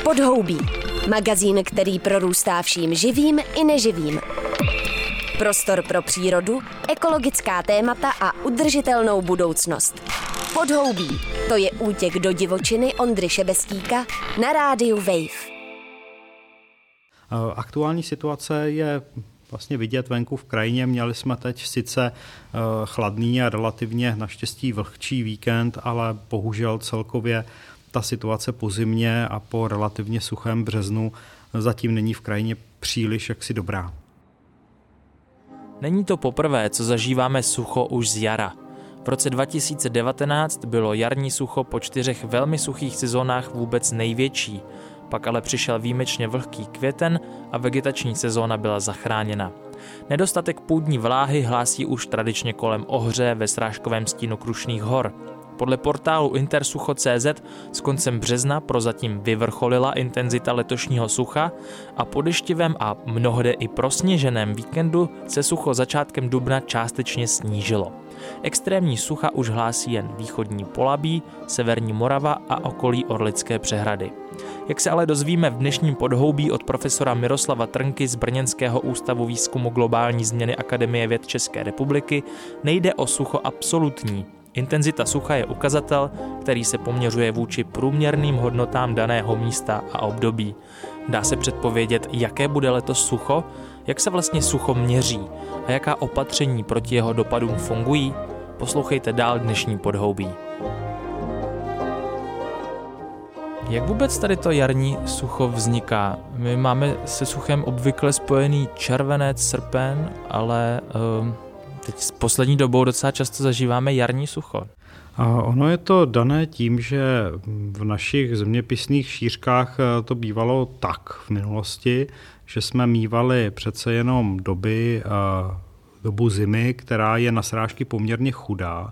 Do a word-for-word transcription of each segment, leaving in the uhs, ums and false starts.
Podhoubí. Magazín, který prorůstá vším živým i neživým. Prostor pro přírodu, ekologická témata a udržitelnou budoucnost. Podhoubí. To je útěk do divočiny Ondry Šebestíka na rádiu Wave. Aktuální situace je vlastně vidět venku v krajině. Měli jsme teď sice chladný a relativně naštěstí vlhčí víkend, ale bohužel celkově ta situace po zimě a po relativně suchém březnu zatím není v krajině příliš jaksi dobrá. Není to poprvé, co zažíváme sucho už z jara. V roce dva tisíce devatenáct bylo jarní sucho po čtyřech velmi suchých sezónách vůbec největší. Pak ale přišel výjimečně vlhký květen a vegetační sezóna byla zachráněna. Nedostatek půdní vláhy hlásí už tradičně kolem Ohře ve srážkovém stínu Krušných hor. Podle portálu intersucho tečka cé zet s koncem března prozatím vyvrcholila intenzita letošního sucha a po deštivém a mnohde i prosněženém víkendu se sucho začátkem dubna částečně snížilo. Extrémní sucha už hlásí jen východní Polabí, severní Morava a okolí Orlické přehrady. Jak se ale dozvíme v dnešním Podhoubí od profesora Miroslava Trnky z Brněnského ústavu výzkumu globální změny Akademie věd České republiky, nejde o sucho absolutní. Intenzita sucha je ukazatel, který se poměřuje vůči průměrným hodnotám daného místa a období. Dá se předpovědět, jaké bude letos sucho, jak se vlastně sucho měří a jaká opatření proti jeho dopadům fungují? Poslouchejte dál dnešní Podhoubí. Jak vůbec tady to jarní sucho vzniká? My máme se suchem obvykle spojený červenec, srpen, ale um, teď s poslední dobou docela často zažíváme jarní sucho. A ono je to dané tím, že v našich zeměpisných šířkách to bývalo tak v minulosti, že jsme mívali přece jenom doby, dobu zimy, která je na srážky poměrně chudá,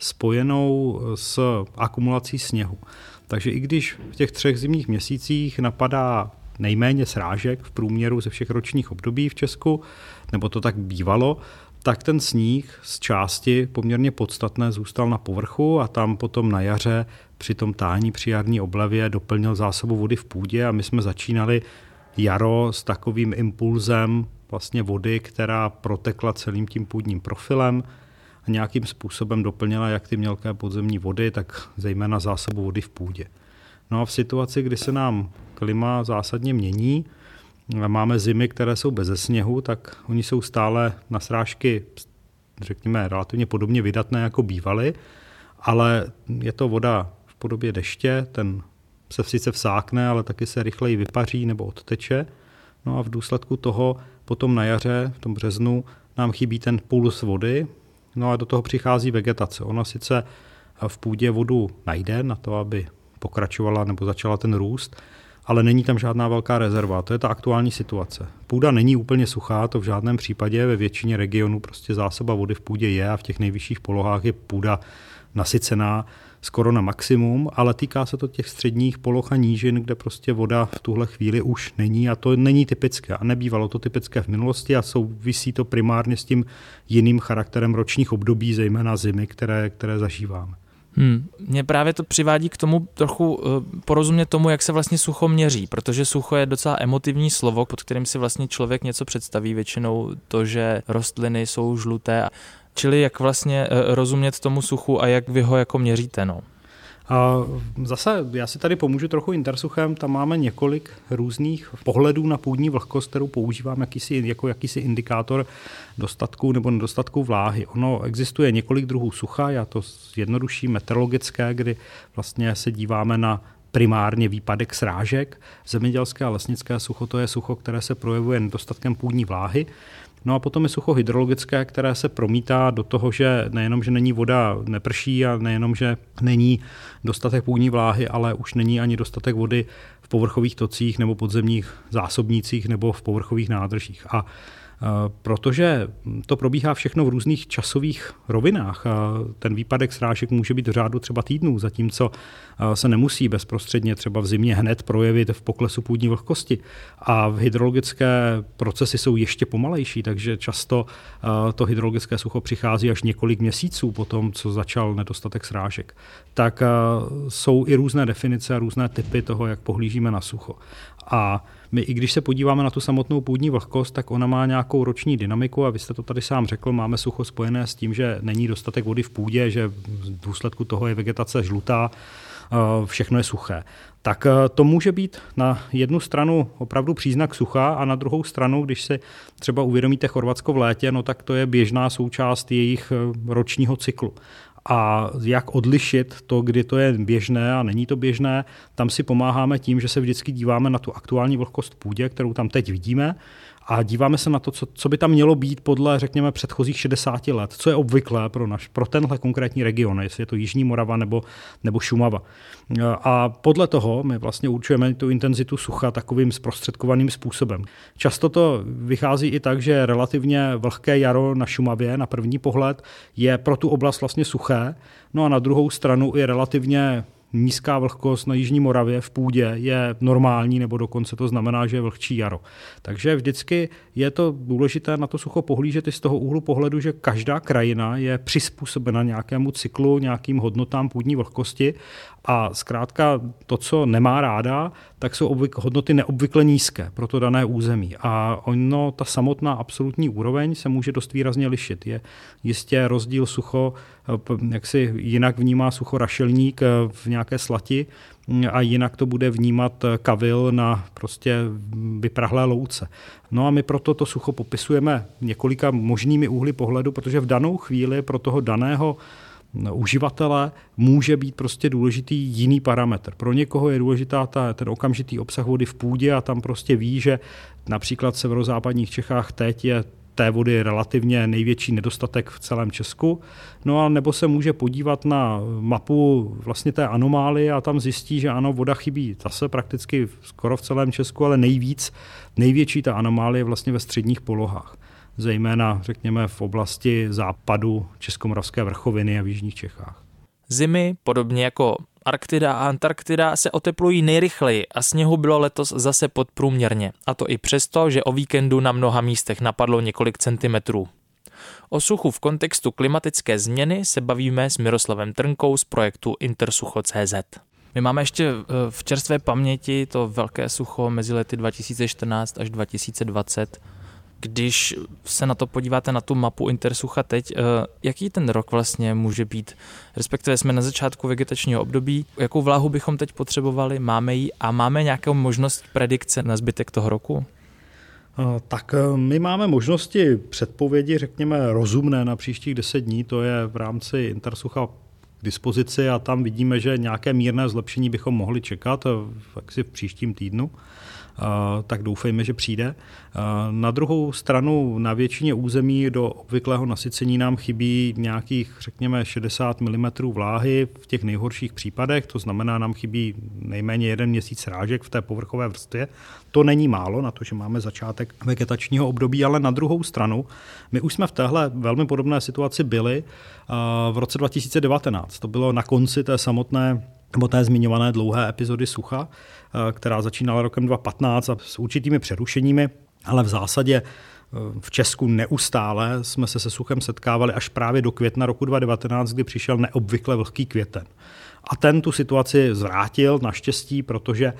spojenou s akumulací sněhu. Takže i když v těch třech zimních měsících napadá nejméně srážek v průměru ze všech ročních období v Česku, nebo to tak bývalo, tak ten sníh z části poměrně podstatné zůstal na povrchu a tam potom na jaře při tom tání při jarní oblevě doplnil zásobu vody v půdě a my jsme začínali jaro s takovým impulzem vlastně vody, která protekla celým tím půdním profilem a nějakým způsobem doplnila jak ty mělké podzemní vody, tak zejména zásobu vody v půdě. No a v situaci, kdy se nám klima zásadně mění, máme zimy, které jsou beze sněhu, tak oni jsou stále na srážky, řekněme, relativně podobně vydatné, jako bývaly, ale je to voda v podobě deště, ten se sice vsákne, ale taky se rychleji vypaří nebo odteče. No a v důsledku toho potom na jaře, v tom březnu, nám chybí ten puls vody, no a do toho přichází vegetace. Ona sice v půdě vodu najde na to, aby pokračovala nebo začala ten růst, ale není tam žádná velká rezerva. To je ta aktuální situace. Půda není úplně suchá, to v žádném případě, ve většině regionů prostě zásoba vody v půdě je a v těch nejvyšších polohách je půda nasycená skoro na maximum, ale týká se to těch středních poloh a nížin, kde prostě voda v tuhle chvíli už není a to není typické a nebývalo to typické v minulosti a souvisí to primárně s tím jiným charakterem ročních období, zejména zimy, které, které zažíváme. Hmm. Mě právě to přivádí k tomu trochu uh, porozumět tomu, jak se vlastně sucho měří, protože sucho je docela emotivní slovo, pod kterým si vlastně člověk něco představí, většinou to, že rostliny jsou žluté, čili jak vlastně uh, rozumět tomu suchu a jak vy ho jako měříte, no. A zase já si tady pomůžu trochu intersuchem, tam máme několik různých pohledů na půdní vlhkost, kterou používám jakýsi, jako jakýsi indikátor dostatku nebo nedostatku vláhy. Ono existuje několik druhů sucha, já to zjednoduším meteorologické, kdy vlastně se díváme na primárně výpadek srážek. Zemědělské a lesnické sucho, to je sucho, které se projevuje nedostatkem půdní vláhy. No a potom je sucho hydrologické, které se promítá do toho, že nejenom, že není voda, neprší a nejenom, že není dostatek půdní vláhy, ale už není ani dostatek vody v povrchových tocích nebo podzemních zásobnících nebo v povrchových nádržích. A protože to probíhá všechno v různých časových rovinách. Ten výpadek srážek může být v řádu třeba týdnů, zatímco se nemusí bezprostředně třeba v zimě hned projevit v poklesu půdní vlhkosti. A hydrologické procesy jsou ještě pomalejší, takže často to hydrologické sucho přichází až několik měsíců po tom, co začal nedostatek srážek. Tak jsou i různé definice a různé typy toho, jak pohlížíme na sucho. A my, i když se podíváme na tu samotnou půdní vlhkost, tak ona má nějakou roční dynamiku a vy jste to tady sám řekl, máme sucho spojené s tím, že není dostatek vody v půdě, že v důsledku toho je vegetace žlutá, všechno je suché. Tak to může být na jednu stranu opravdu příznak sucha a na druhou stranu, když si třeba uvědomíte Chorvatsko v létě, no tak to je běžná součást jejich ročního cyklu. A jak odlišit to, kdy to je běžné a není to běžné, tam si pomáháme tím, že se vždycky díváme na tu aktuální vlhkost v půdě, kterou tam teď vidíme, a díváme se na to, co, co by tam mělo být podle, řekněme, předchozích šedesáti let, co je obvyklé pro, naš, pro tenhle konkrétní region, jestli je to Jižní Morava nebo, nebo Šumava. A podle toho my vlastně určujeme tu intenzitu sucha takovým zprostředkovaným způsobem. Často to vychází i tak, že relativně vlhké jaro na Šumavě na první pohled je pro tu oblast vlastně suché, no a na druhou stranu i relativně nízká vlhkost na Jižní Moravě v půdě je normální, nebo dokonce to znamená, že je vlhčí jaro. Takže vždycky je to důležité na to sucho pohlížet i z toho úhlu pohledu, že každá krajina je přizpůsobena nějakému cyklu, nějakým hodnotám půdní vlhkosti a zkrátka to, co nemá ráda, tak jsou obvyk, hodnoty neobvykle nízké pro to dané území. A ono, ta samotná absolutní úroveň se může dost výrazně lišit. Je jistě rozdíl sucho, jak si jinak vnímá sucho rašelník v nějaké slati a jinak to bude vnímat kavil na prostě vyprahlé louce. No a my proto to sucho popisujeme několika možnými úhly pohledu, protože v danou chvíli pro toho daného uživatele může být prostě důležitý jiný parametr. Pro někoho je důležitá ta, ten okamžitý obsah vody v půdě a tam prostě ví, že například v severozápadních Čechách teď je té vody relativně největší nedostatek v celém Česku. No a nebo se může podívat na mapu vlastně té anomálie a tam zjistí, že ano, voda chybí zase prakticky skoro v celém Česku, ale nejvíc, největší ta anomálie vlastně ve středních polohách. Zejména, řekněme, v oblasti západu Českomoravské vrchoviny a v jižních Čechách. Zimy, podobně jako Arktida a Antarktida, se oteplují nejrychleji a sněhu bylo letos zase podprůměrně. A to i přesto, že o víkendu na mnoha místech napadlo několik centimetrů. O suchu v kontextu klimatické změny se bavíme s Miroslavem Trnkou z projektu Intersucho tečka cé zet. My máme ještě v čerstvé paměti to velké sucho mezi lety dva tisíce čtrnáct až dva tisíce dvacet. Když se na to podíváte na tu mapu Intersucha teď, jaký ten rok vlastně může být? Respektive jsme na začátku vegetačního období. Jakou vláhu bychom teď potřebovali? Máme ji a máme nějakou možnost predikce na zbytek toho roku? Tak my máme možnosti předpovědi, řekněme, rozumné na příštích deset dní. To je v rámci Intersucha k dispozici a tam vidíme, že nějaké mírné zlepšení bychom mohli čekat v příštím týdnu. Tak doufejme, že přijde. Na druhou stranu na většině území do obvyklého nasycení nám chybí nějakých, řekněme, šedesát milimetrů vláhy v těch nejhorších případech, to znamená, nám chybí nejméně jeden měsíc srážek v té povrchové vrstvě. To není málo na to, že máme začátek vegetačního období, ale na druhou stranu my už jsme v téhle velmi podobné situaci byli v roce dva tisíce devatenáct. To bylo na konci té samotné nebo té zmiňované dlouhé epizody sucha, která začínala rokem dva tisíce patnáct a s určitými přerušeními, ale v zásadě v Česku neustále jsme se se suchem setkávali až právě do května roku dva tisíce devatenáct, kdy přišel neobvykle vlhký květen. A ten tu situaci zvrátil naštěstí, protože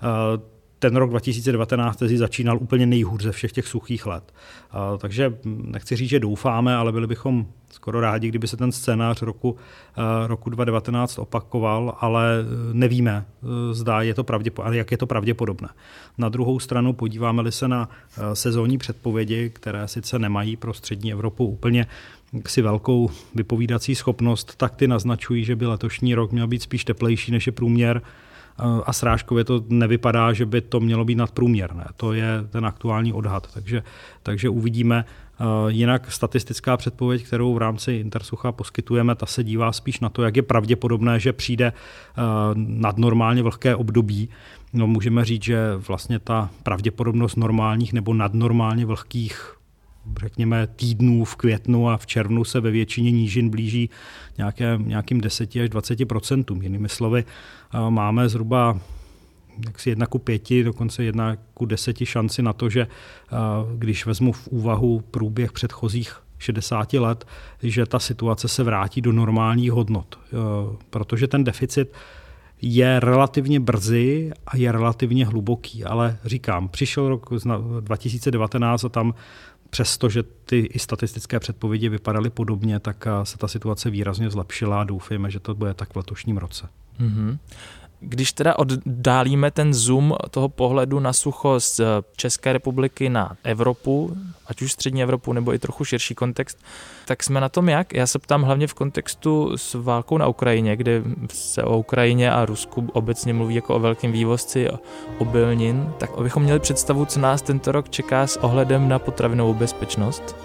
ten rok dva tisíce devatenáct začínal úplně nejhůř ze všech těch suchých let. Takže nechci říct, že doufáme, ale byli bychom skoro rádi, kdyby se ten scénář roku, roku dva tisíce devatenáct opakoval, ale nevíme, zda je to pravděpodobné, jak je to pravděpodobné. Na druhou stranu podíváme-li se na sezónní předpovědi, které sice nemají pro střední Evropu úplně si velkou vypovídací schopnost, tak ty naznačují, že by letošní rok měl být spíš teplejší než je průměr, a srážkově to nevypadá, že by to mělo být nadprůměrné. To je ten aktuální odhad, takže, takže uvidíme. Jinak statistická předpověď, kterou v rámci Intersucha poskytujeme, ta se dívá spíš na to, jak je pravděpodobné, že přijde nadnormálně vlhké období. No, můžeme říct, že vlastně ta pravděpodobnost normálních nebo nadnormálně vlhkých řekněme, týdnů v květnu a v červnu se ve většině nížin blíží nějaké, nějakým deset až dvacet procentům. Jinými slovy, máme zhruba jaksi jedna ku pěti, dokonce jedna ku deseti šanci na to, že když vezmu v úvahu průběh předchozích šedesáti let, že ta situace se vrátí do normálních hodnot. Protože ten deficit je relativně brzy a je relativně hluboký, ale říkám, přišel rok dva tisíce devatenáct a tam přesto, že ty i statistické předpovědi vypadaly podobně, tak se ta situace výrazně zlepšila a doufejme, že to bude tak v letošním roce. Mm-hmm. Když teda oddálíme ten zoom toho pohledu na sucho z České republiky na Evropu, ať už střední Evropu nebo i trochu širší kontext, tak jsme na tom jak? Já se ptám hlavně v kontextu s válkou na Ukrajině, kde se o Ukrajině a Rusku obecně mluví jako o velkém vývozci obilnin, tak abychom měli představu, co nás tento rok čeká s ohledem na potravinovou bezpečnost.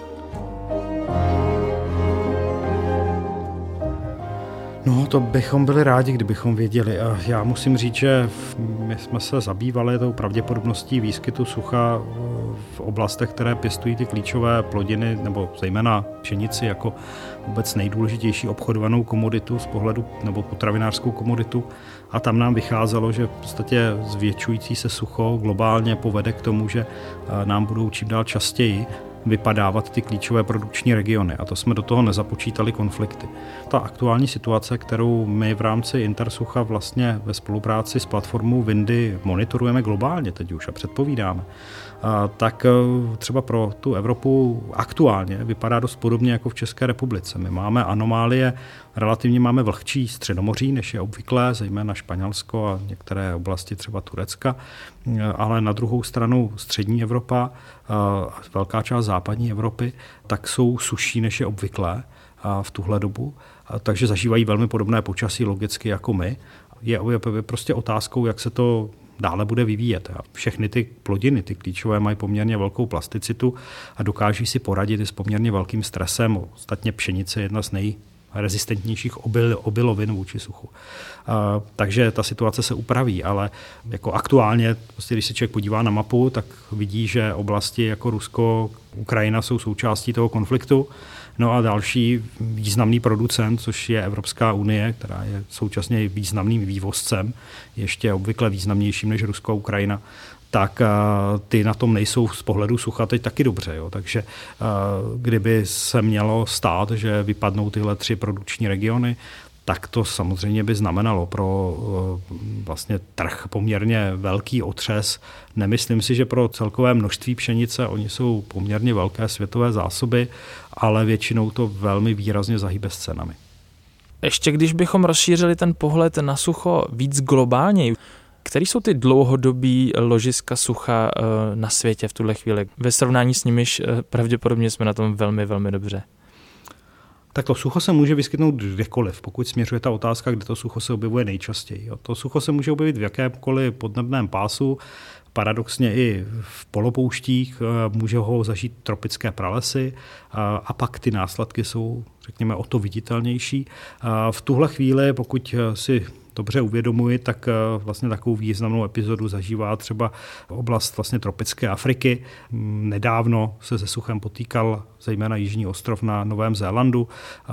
No, to bychom byli rádi, kdybychom věděli. A já musím říct, že my jsme se zabývali tou pravděpodobností výskytu sucha v oblastech, které pěstují ty klíčové plodiny, nebo zejména pšenici jako vůbec nejdůležitější obchodovanou komoditu z pohledu, nebo potravinářskou komoditu. A tam nám vycházelo, že v podstatě zvětšující se sucho globálně povede k tomu, že nám budou čím dál častěji vypadávat ty klíčové produkční regiony. A to jsme do toho nezapočítali konflikty. Ta aktuální situace, kterou my v rámci Intersucha vlastně ve spolupráci s platformou Windy monitorujeme globálně teď už a předpovídáme, tak třeba pro tu Evropu aktuálně vypadá dost podobně jako v České republice. My máme anomálie, relativně máme vlhčí středomoří, než je obvyklé, zejména Španělsko a některé oblasti třeba Turecka, ale na druhou stranu střední Evropa a velká část západní Evropy, tak jsou suší, než je obvyklé v tuhle dobu, takže zažívají velmi podobné počasí logicky jako my. Je prostě otázkou, jak se to dále bude vyvíjet. A všechny ty plodiny, ty klíčové, mají poměrně velkou plasticitu a dokáží si poradit i s poměrně velkým stresem. Ostatně pšenice je jedna z nejrezistentnějších obil, obilovin vůči suchu. A, takže ta situace se upraví, ale jako aktuálně, prostě, když se člověk podívá na mapu, tak vidí, že oblasti jako Rusko, Ukrajina jsou součástí toho konfliktu. No a další významný producent, což je Evropská unie, která je současně významným vývozcem, ještě obvykle významnějším než Rusko a Ukrajina, tak ty na tom nejsou z pohledu sucha teď taky dobře. Jo. Takže kdyby se mělo stát, že vypadnou tyhle tři produkční regiony, tak to samozřejmě by znamenalo pro vlastně trh poměrně velký otřes. Nemyslím si, že pro celkové množství pšenice oni jsou poměrně velké světové zásoby, ale většinou to velmi výrazně zahýbe s cenami. Ještě když bychom rozšířili ten pohled na sucho víc globálně, které jsou ty dlouhodobí ložiska sucha na světě v tuhle chvíli? Ve srovnání s nimiž pravděpodobně jsme na tom velmi, velmi dobře. Tak to sucho se může vyskytnout kdekoliv, pokud směřuje ta otázka, kde to sucho se objevuje nejčastěji. To sucho se může objevit v jakémkoliv podnebném pásu, paradoxně i v polopouštích, může ho zažít tropické pralesy a pak ty následky jsou, řekněme, o to viditelnější. V tuhle chvíli, pokud si dobře uvědomuji, tak vlastně takovou významnou epizodu zažívá třeba oblast vlastně tropické Afriky. Nedávno se se suchem potýkal zejména jižní ostrov na Novém Zélandu.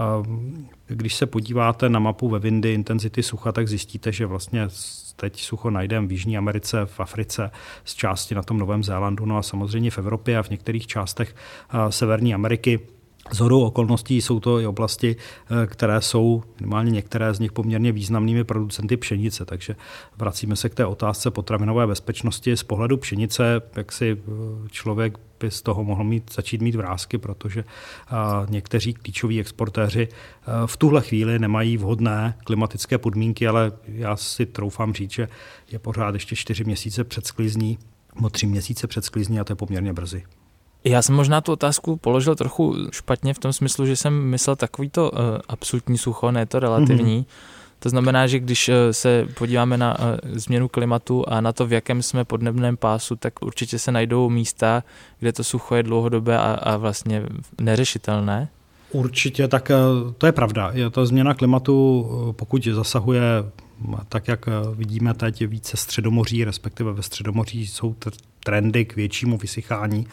Když se podíváte na mapu ve Windy intenzity sucha, tak zjistíte, že vlastně teď sucho najdeme v Jižní Americe, v Africe, z části na tom Novém Zélandu, no a samozřejmě v Evropě a v některých částech Severní Ameriky. Shodou okolností jsou to i oblasti, které jsou, minimálně některé z nich, poměrně významnými producenty pšenice. Takže vracíme se k té otázce potravinové bezpečnosti. Z pohledu pšenice, jak si člověk by z toho mohl mít, začít mít vrásky, protože někteří klíčoví exportéři v tuhle chvíli nemají vhodné klimatické podmínky, ale já si troufám říct, že je pořád ještě čtyři měsíce před sklizní, nebo tři měsíce před sklizní a to je poměrně brzy. Já jsem možná tu otázku položil trochu špatně v tom smyslu, že jsem myslel takovýto uh, absolutní sucho, ne to relativní. Mm-hmm. To znamená, že když uh, se podíváme na uh, změnu klimatu a na to, v jakém jsme podnebném pásu, tak určitě se najdou místa, kde to sucho je dlouhodobé a, a vlastně neřešitelné. Určitě, tak to je pravda. Je to změna klimatu, pokud zasahuje, tak jak vidíme teď, více středomoří, respektive ve středomoří jsou trendy k většímu vysychání,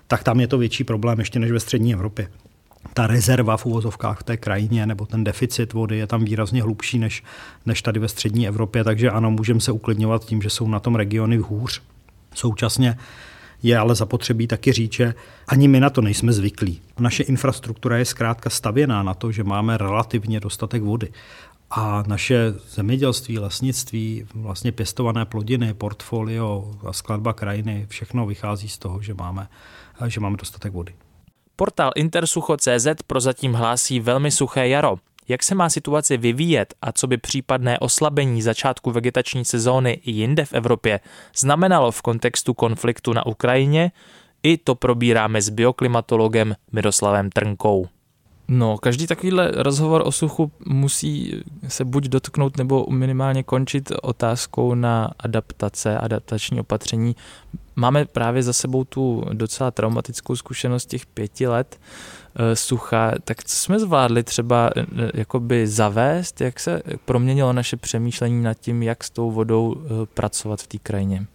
tak tam je to větší problém ještě než ve střední Evropě. Ta rezerva v uvozovkách v té krajině nebo ten deficit vody je tam výrazně hlubší než, než tady ve střední Evropě, takže ano, můžeme se uklidňovat tím, že jsou na tom regiony hůř. Současně je ale zapotřebí taky říct, že ani my na to nejsme zvyklí. Naše infrastruktura je zkrátka stavěná na to, že máme relativně dostatek vody. A naše zemědělství, lesnictví, vlastně pěstované plodiny, portfolio a skladba krajiny, všechno vychází z toho, že máme, že máme dostatek vody. Portál intersucho tečka cé zet prozatím hlásí velmi suché jaro. Jak se má situace vyvíjet a co by případné oslabení začátku vegetační sezóny i jinde v Evropě znamenalo v kontextu konfliktu na Ukrajině, i to probíráme s bioklimatologem Miroslavem Trnkou. No, každý takovýhle rozhovor o suchu musí se buď dotknout nebo minimálně končit otázkou na adaptace, adaptační opatření. Máme právě za sebou tu docela traumatickou zkušenost těch pěti let e, sucha. Tak co jsme zvládli třeba e, jakoby zavést, jak se proměnilo naše přemýšlení nad tím, jak s tou vodou e, pracovat v té krajině?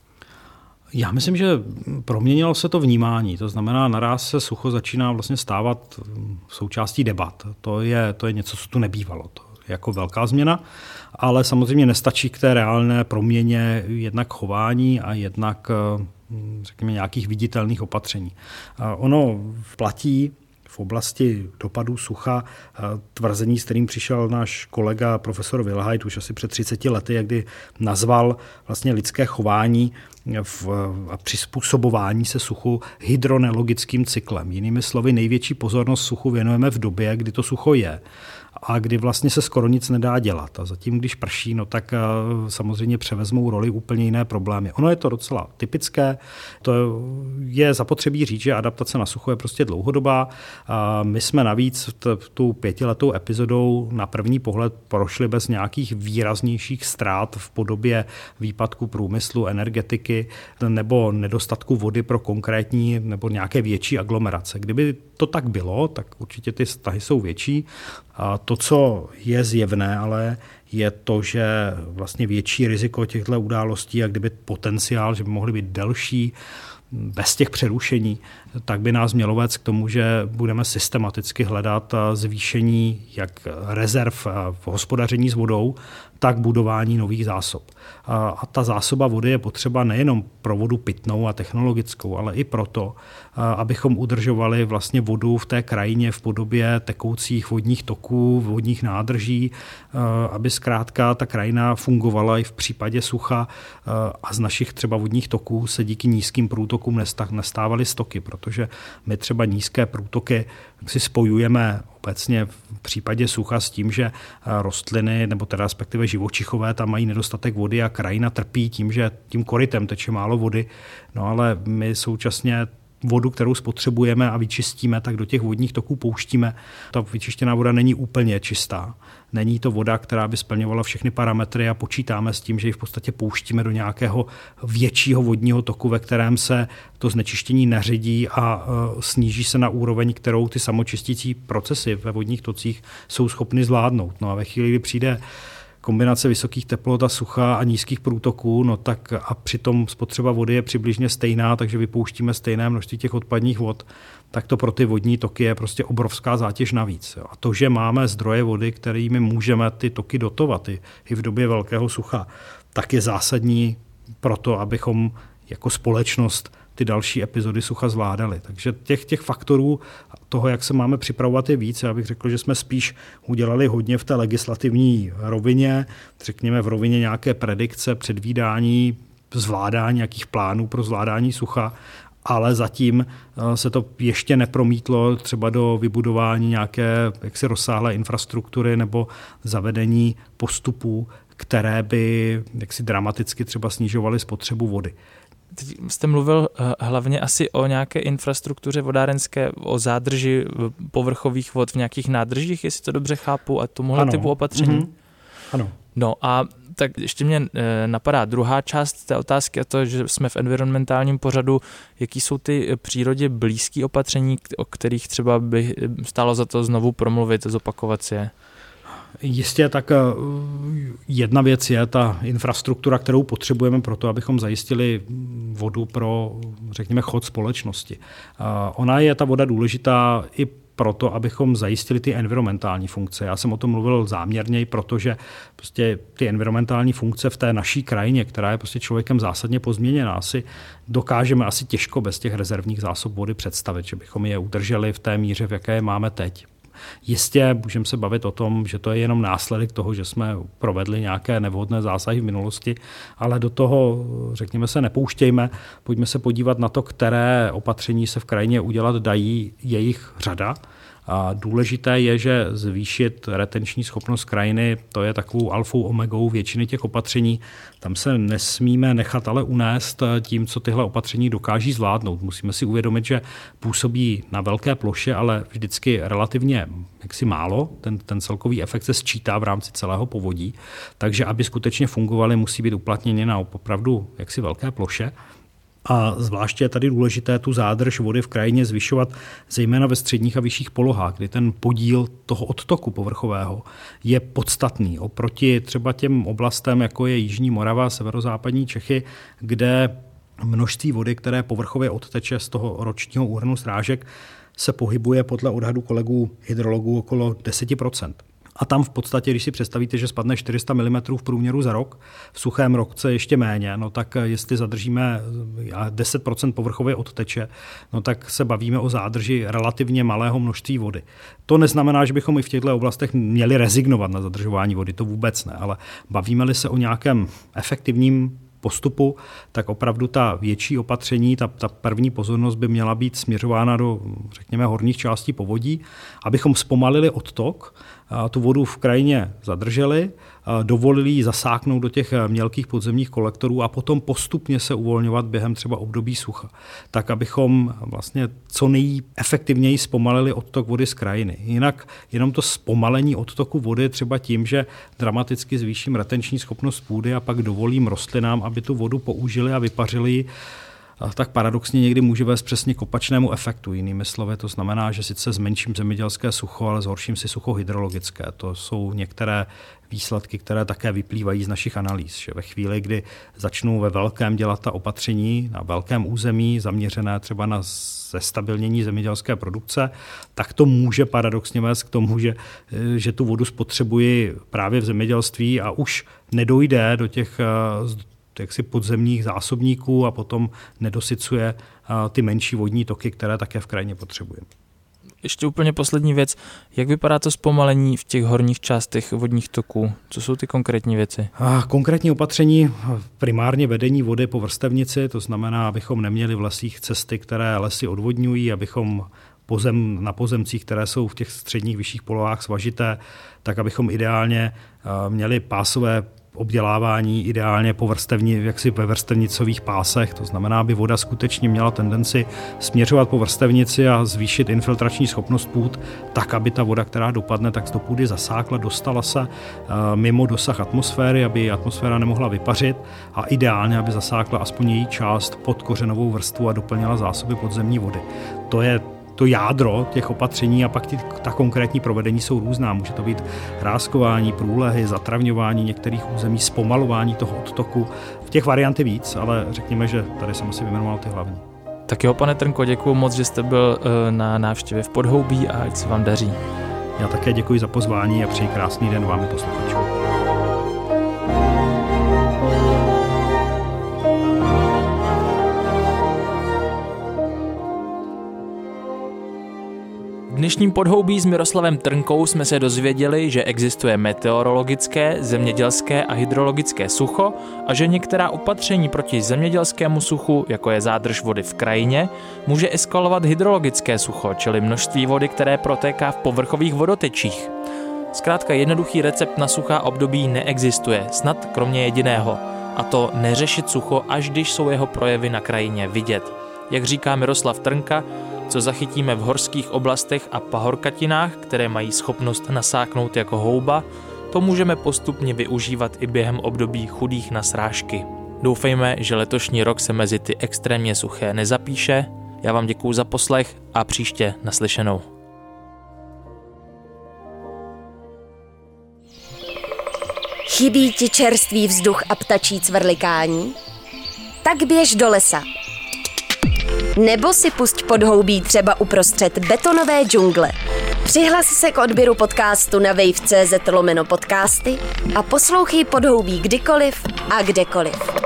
Já myslím, že proměnilo se to vnímání, to znamená, naraz se sucho začíná vlastně stávat součástí debat. To je, to je něco, co tu nebývalo. To je jako velká změna, ale samozřejmě nestačí k té reálné proměně jednak chování a jednak, řekněme, nějakých viditelných opatření. Ono platí v oblasti dopadů sucha tvrzení, s kterým přišel náš kolega profesor Wilhite už asi před třiceti lety, kdy nazval vlastně lidské chování v, a přizpůsobování se suchu hydroneologickým cyklem. Jinými slovy, největší pozornost suchu věnujeme v době, kdy to sucho je a kdy vlastně se skoro nic nedá dělat. A zatím, když prší, no tak samozřejmě převezmou roli úplně jiné problémy. Ono je to docela typické. To je zapotřebí říct, že adaptace na sucho je prostě dlouhodobá. A my jsme navíc tu pětiletou epizodou na první pohled prošli bez nějakých výraznějších ztrát v podobě výpadku průmyslu, energetiky nebo nedostatku vody pro konkrétní nebo nějaké větší aglomerace. Kdyby to tak bylo, tak určitě ty vztahy jsou větší. A to, co je zjevné, ale je to, že vlastně větší riziko těchto událostí a kdyby potenciál, že by mohly být delší, bez těch přerušení, tak by nás mělo vést k tomu, že budeme systematicky hledat zvýšení jak rezerv v hospodaření s vodou, tak budování nových zásob. A ta zásoba vody je potřeba nejenom pro vodu pitnou a technologickou, ale i proto, abychom udržovali vlastně vodu v té krajině v podobě tekoucích vodních toků, vodních nádrží, aby zkrátka ta krajina fungovala i v případě sucha a z našich třeba vodních toků se díky nízkým průtokům nestávaly stoky, protože my třeba nízké průtoky si spojujeme obecně v případě sucha s tím, že rostliny nebo teda respektive živočichové tam mají nedostatek vody a krajina trpí tím, že tím korytem teče málo vody. No ale my současně vodu, kterou spotřebujeme a vyčistíme, tak do těch vodních toků pouštíme. Ta vyčištěná voda není úplně čistá. Není to voda, která by splňovala všechny parametry a počítáme s tím, že ji v podstatě pouštíme do nějakého většího vodního toku, ve kterém se to znečištění naředí a sníží se na úroveň, kterou ty samočistící procesy ve vodních tocích jsou schopny zvládnout. No a ve chvíli, kdy přijde kombinace vysokých teplot a sucha a nízkých průtoků, no tak a přitom spotřeba vody je přibližně stejná, takže vypouštíme stejné množství těch odpadních vod, tak to pro ty vodní toky je prostě obrovská zátěž navíc. A to, že máme zdroje vody, kterými můžeme ty toky dotovat i, i v době velkého sucha, tak je zásadní pro to, abychom jako společnost ty další epizody sucha zvládali. Takže těch, těch faktorů toho, jak se máme připravovat, je víc. Já bych řekl, že jsme spíš udělali hodně v té legislativní rovině, řekněme v rovině nějaké predikce, předvídání, zvládání nějakých plánů pro zvládání sucha, ale zatím se to ještě nepromítlo třeba do vybudování nějaké jaksi rozsáhlé infrastruktury nebo zavedení postupů, které by jaksi dramaticky třeba snižovaly spotřebu vody. Teď jste mluvil hlavně asi o nějaké infrastruktuře vodárenské, o zádrži povrchových vod v nějakých nádržích, jestli to dobře chápu, a tomuhle ano. typu opatření? Mm-hmm. Ano. No a tak ještě mě napadá druhá část té otázky, a to, že jsme v environmentálním pořadu, jaký jsou ty přírodě blízké opatření, o kterých třeba by stálo za to znovu promluvit, zopakovat si je? Jistě, tak jedna věc je ta infrastruktura, kterou potřebujeme pro to, abychom zajistili vodu pro, řekněme, chod společnosti. Ona je ta voda důležitá i proto, abychom zajistili ty environmentální funkce. Já jsem o tom mluvil záměrně, protože prostě ty environmentální funkce v té naší krajině, která je prostě člověkem zásadně pozměněná, si dokážeme asi těžko bez těch rezervních zásob vody představit, že bychom je udrželi v té míře, v jaké je máme teď. Jistě můžeme se bavit o tom, že to je jenom následek toho, že jsme provedli nějaké nevhodné zásahy v minulosti, ale do toho, řekněme, se nepouštějme. Pojďme se podívat na to, které opatření se v krajině udělat dají, je jich řada. A důležité je, že zvýšit retenční schopnost krajiny, to je takovou alfou omegou většiny těch opatření. Tam se nesmíme nechat ale unést tím, co tyhle opatření dokáží zvládnout. Musíme si uvědomit, že působí na velké ploše, ale vždycky relativně jaksi málo. Ten, ten celkový efekt se sčítá v rámci celého povodí. Takže aby skutečně fungovaly, musí být uplatněny na opravdu jaksi velké ploše. A zvláště je tady důležité tu zádrž vody v krajině zvyšovat zejména ve středních a vyšších polohách, kdy ten podíl toho odtoku povrchového je podstatný. Oproti třeba těm oblastem, jako je Jižní Morava, severozápadní Čechy, kde množství vody, které povrchově odteče z toho ročního úhrnu srážek, se pohybuje podle odhadu kolegů hydrologů okolo deset procent. A tam v podstatě, když si představíte, že spadne čtyři sta milimetrů v průměru za rok, v suchém roce ještě méně, no tak jestli zadržíme deset procent povrchově odteče, no tak se bavíme o zádrži relativně malého množství vody. To neznamená, že bychom i v těchto oblastech měli rezignovat na zadržování vody, to vůbec ne, ale bavíme-li se o nějakém efektivním postupu, tak opravdu ta větší opatření, ta, ta první pozornost by měla být směřována do, řekněme, horních částí povodí, abychom zpomalili odtok, tu vodu v krajině zadrželi, dovolili ji zasáknout do těch mělkých podzemních kolektorů a potom postupně se uvolňovat během třeba období sucha. Tak, abychom vlastně co nejefektivněji zpomalili odtok vody z krajiny. Jinak jenom to zpomalení odtoku vody třeba tím, že dramaticky zvýším retenční schopnost půdy a pak dovolím rostlinám, aby tu vodu použili a vypařili ji, tak paradoxně někdy může vést přesně k opačnému efektu. Jinými slovy, to znamená, že sice zmenším zemědělské sucho, ale zhorším si sucho hydrologické. To jsou některé výsledky, které také vyplývají z našich analýz. Že ve chvíli, kdy začnou ve velkém dělat ta opatření na velkém území, zaměřené třeba na zestabilnění zemědělské produkce, tak to může paradoxně vést k tomu, že, že tu vodu spotřebuji právě v zemědělství a už nedojde do těch jaksi podzemních zásobníků a potom nedosycuje ty menší vodní toky, které také v krajině potřebujeme. Ještě úplně poslední věc. Jak vypadá to zpomalení v těch horních částech vodních toků? Co jsou ty konkrétní věci? Konkrétní opatření primárně vedení vody po vrstevnici, to znamená, abychom neměli v lesích cesty, které lesy odvodňují, abychom pozem, na pozemcích, které jsou v těch středních vyšších polohách svažité, tak abychom ideálně měli pásové obdělávání ideálně po vrstevni, jaksi ve vrstevnicových pásech. To znamená, aby voda skutečně měla tendenci směřovat po vrstevnici a zvýšit infiltrační schopnost půd, tak, aby ta voda, která dopadne, tak do půdy zasákla, dostala se mimo dosah atmosféry, aby atmosféra nemohla vypařit a ideálně, aby zasákla aspoň její část pod kořenovou vrstvu a doplnila zásoby podzemní vody. To je to jádro těch opatření a pak ty, ta konkrétní provedení jsou různá. Může to být hrázkování, průlehy, zatravňování některých území, zpomalování toho odtoku. V těch variant je víc, ale řekněme, že tady jsem asi vyjmenoval ty hlavní. Tak jo, pane Trnko, děkuji moc, že jste byl na návštěvě v Podhoubí a ať se vám daří. Já také děkuji za pozvání a přeji krásný den vám i posluchačům. V dnešním Podhoubí s Miroslavem Trnkou jsme se dozvěděli, že existuje meteorologické, zemědělské a hydrologické sucho a že některá opatření proti zemědělskému suchu, jako je zádrž vody v krajině, může eskalovat hydrologické sucho, čili množství vody, které protéká v povrchových vodotečích. Zkrátka jednoduchý recept na suchá období neexistuje, snad kromě jediného, a to neřešit sucho, až když jsou jeho projevy na krajině vidět. Jak říká Miroslav Trnka, co zachytíme v horských oblastech a pahorkatinách, které mají schopnost nasáknout jako houba, to můžeme postupně využívat i během období chudých na srážky. Doufejme, že letošní rok se mezi ty extrémně suché nezapíše. Já vám děkuju za poslech a příště naslyšenou. Chybí ti čerstvý vzduch a ptačí cvrlikání? tak běž do lesa. Nebo si pusť podhoubí třeba uprostřed betonové džungle. Přihlas se k odběru podcastu na wave tečka cz lomeno podcasty a poslouchej Podhoubí kdykoliv a kdekoliv.